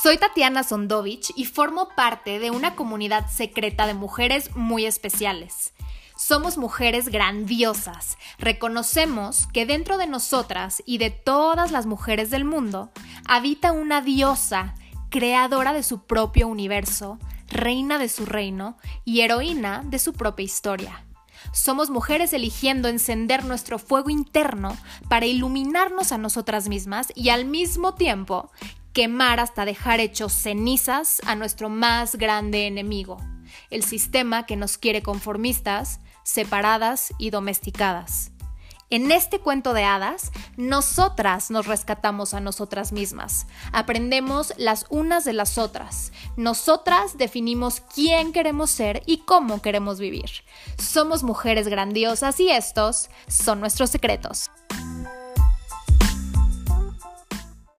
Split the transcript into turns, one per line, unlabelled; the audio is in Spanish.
Soy Tatiana Sondovich y formo parte de una comunidad secreta de mujeres muy especiales. Somos mujeres grandiosas. Reconocemos que dentro de nosotras y de todas las mujeres del mundo habita una diosa, creadora de su propio universo, reina de su reino y heroína de su propia historia. Somos mujeres eligiendo encender nuestro fuego interno para iluminarnos a nosotras mismas y al mismo tiempo quemar hasta dejar hechos cenizas a nuestro más grande enemigo, el sistema que nos quiere conformistas, separadas y domesticadas. En este cuento de hadas, nosotras nos rescatamos a nosotras mismas, aprendemos las unas de las otras, nosotras definimos quién queremos ser y cómo queremos vivir. Somos mujeres grandiosas y estos son nuestros secretos.